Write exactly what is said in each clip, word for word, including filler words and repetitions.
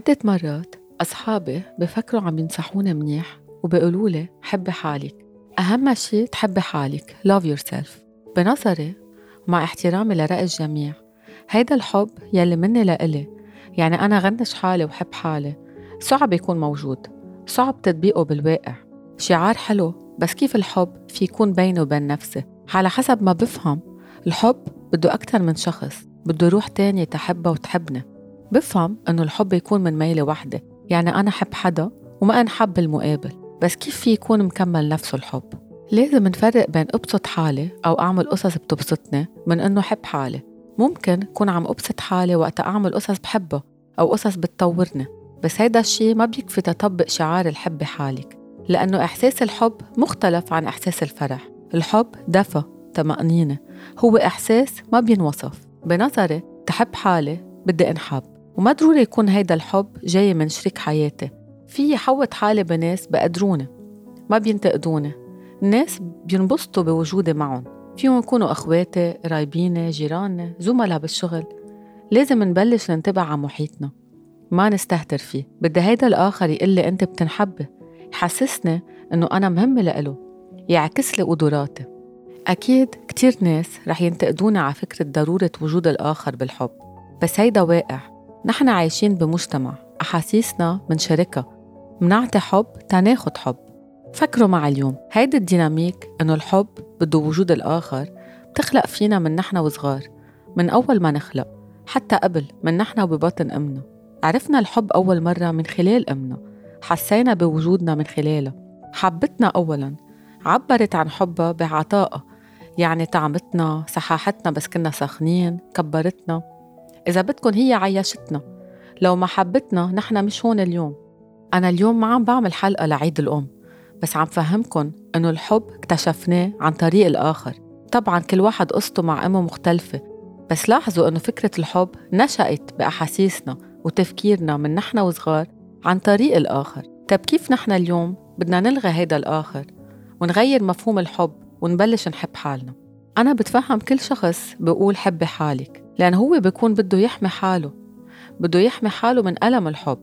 عدة مرات أصحابي بفكروا عم ينصحوني منيح وبيقولوا لي حبي حالك، أهم شي تحبي حالك. love yourself. بنظري ومع احترامي لرأي الجميع، هيدا الحب يلي مني لإلي، يعني أنا غنش حالي وحب حالي، صعب يكون موجود، صعب تطبيقه بالواقع. شعار حلو، بس كيف الحب في يكون بيني وبين نفسي؟ على حسب ما بفهم الحب بده أكتر من شخص، بده روح تانية تحبها وتحبني. بفهم إنه الحب يكون من ميلة واحدة، يعني أنا حب حدا وما أنحب المقابل، بس كيف في يكون مكمل نفسه الحب؟ لازم نفرق بين أبسط حالي أو أعمل قصص بتبسطني من إنه حب حالي. ممكن كون عم أبسط حالي وقت أعمل قصص بحبها أو قصص بتطورني، بس هيدا الشي ما بيكفي تطبق شعار الحب حالك، لأنه إحساس الحب مختلف عن إحساس الفرح. الحب دفى، طمأنينة، هو إحساس ما بينوصف. بنظري تحب حالي بدي انحب، وما ضروري يكون هيدا الحب جاي من شريك حياتي. في حوط حالي بناس بقدروني، ما بينتقدوني، الناس بينبسطوا بوجودي معهم، فيهم يكونوا أخواتي، قرايبيني، جيراني، زملاء بالشغل. لازم نبلش ننتبه على محيطنا، ما نستهتر فيه. بدي هيدا الآخر يقلي أنت بتنحبي، يحسسني أنه أنا مهمة لإله، يعكس لي قدراتي. أكيد كتير ناس رح ينتقدوني على فكرة ضرورة وجود الآخر بالحب، بس هيدا واقع. نحن عايشين بمجتمع أحاسيسنا منشاركة، منعطي حب تناخد حب. فكروا مع اليوم هيدا الديناميك، إنه الحب بده وجود الآخر، بتخلق فينا من نحن وصغار، من أول ما نخلق، حتى قبل من نحن وببطن أمنا. عرفنا الحب أول مرة من خلال أمنا، حسينا بوجودنا من خلالها. حبتنا أولاً، عبرت عن حبها بعطائها، يعني طعمتنا، سحاحتنا بس كنا سخنين، كبرتنا. إذا بدكن هي عيشتنا، لو ما حبتنا نحن مش هون اليوم. أنا اليوم ما عم بعمل حلقة لعيد الأم، بس عم فهمكن إنه الحب اكتشفناه عن طريق الآخر. طبعاً كل واحد قصته مع أمه مختلفة، بس لاحظوا إنه فكرة الحب نشأت بأحاسيسنا وتفكيرنا من نحن وصغار عن طريق الآخر. طب كيف نحن اليوم بدنا نلغي هيدا الآخر ونغير مفهوم الحب ونبلش نحب حالنا؟ أنا بتفهم كل شخص بيقول حبي حالك، لأن هو بيكون بده يحمي حاله، بده يحمي حاله من ألم الحب،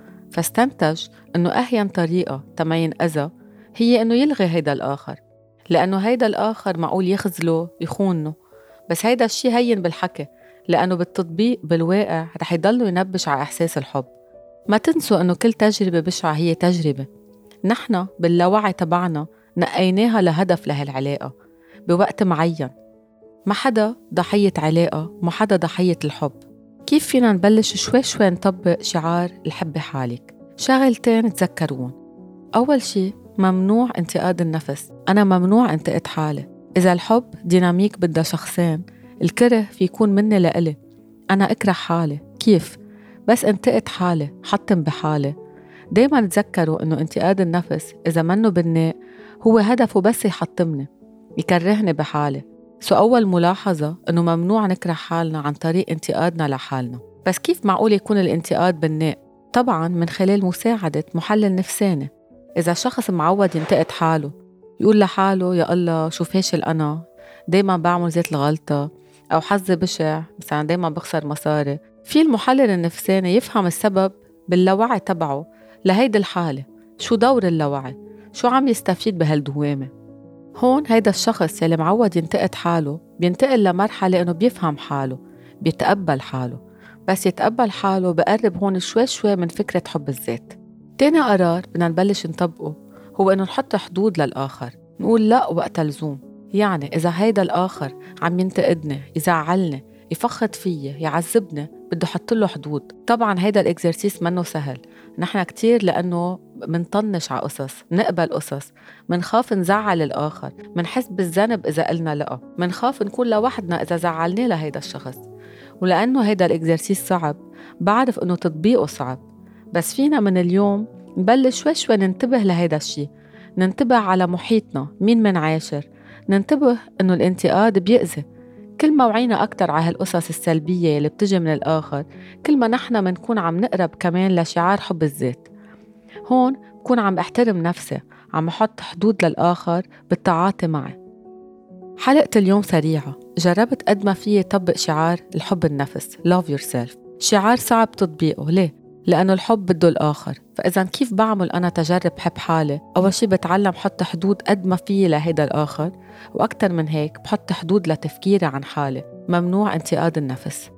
فاستنتج إنه أهين طريقة تما ينأذى هي إنه يلغي هيدا الآخر، لأنه هيدا الآخر معقول يخذله يخونه. بس هيدا الشي هين بالحكي، لأنه بالتطبيق بالواقع رح يضلوا ينبش على إحساس الحب. ما تنسوا إنه كل تجربة بشعة هي تجربة، نحن باللاوعي تبعنا نقيناها لهدف لهالعلاقة بوقت معين. ما حدا ضحية علاقة، ما حدا ضحية الحب. كيف فينا نبلش شوي شوي نطبق شعار الحب حالك؟ شغلتين تذكرون. أول شي، ممنوع انتقاد النفس. أنا ممنوع انتقد حالي. إذا الحب ديناميك بدها شخصين، الكره في يكون مني لإلي. أنا أكره حالي كيف؟ بس انتقد حالي، حطم بحالي. دايما تذكروا إنه انتقاد النفس إذا منه بناء هو هدفه بس يحطمني، يكرهني بحالي. سو أول ملاحظة إنه ممنوع نكره حالنا عن طريق انتقادنا لحالنا. بس كيف معقول يكون الانتقاد بناء؟ طبعاً من خلال مساعدة محلل نفساني. إذا شخص معود ينتقد حاله، يقول لحاله يا الله شو فاشل أنا، دايماً بعمل ذات الغلطة، أو حظي بشع، مثلاً دايماً بخسر مصاري، في المحلل النفساني يفهم السبب باللاوعي تبعه لهيدي الحالة. شو دور اللاوعي؟ شو عم يستفيد بهالدوامة؟ هون هيدا الشخص يلي معود ينتقد حاله بينتقل لمرحلة إنه بيفهم حاله، بيتقبل حاله. بس يتقبل حاله بقرب هون شوي شوي من فكرة حب الذات. تاني قرار بدنا نبلش نطبقه هو إنه نحط حدود للآخر، نقول لا وقت لزوم. يعني إذا هيدا الآخر عم ينتقدني، يزعلني، يفخد فيي، يعذبني، بده حط له حدود. طبعا هيدا الإكزرسيس منه سهل، نحن كتير لأنه منطنش على قصص، نقبل قصص، منخاف نزعل الآخر، منحس بالذنب إذا قلنا لأ، منخاف نكون لوحدنا إذا زعلنا لهيدا الشخص. ولأنه هيدا الإكزرسيس صعب، بعرف إنه تطبيقه صعب، بس فينا من اليوم نبلش شوي شوي ننتبه لهيدا الشي، ننتبه على محيطنا، مين منعاشر، ننتبه إنه الانتقاد بيأذي. كل ما وعينا أكتر على هالقصص السلبية اللي بتجي من الآخر، كل ما نحن منكون عم نقرب كمان لشعار حب الذات. هون بكون عم احترم نفسي، عم احط حدود للآخر بالتعاطي معي. حلقة اليوم سريعة، جربت قد ما فيي طبق شعار الحب النفس love yourself. شعار صعب تطبيقه، ليه؟ لأنه الحب بده الآخر. فإذا كيف بعمل أنا تجرب حب حالي؟ أول شي بتعلم حط حدود قد ما فيي لهيدا الآخر، وأكتر من هيك بحط حدود لتفكيري عن حالي. ممنوع انتقاد النفس.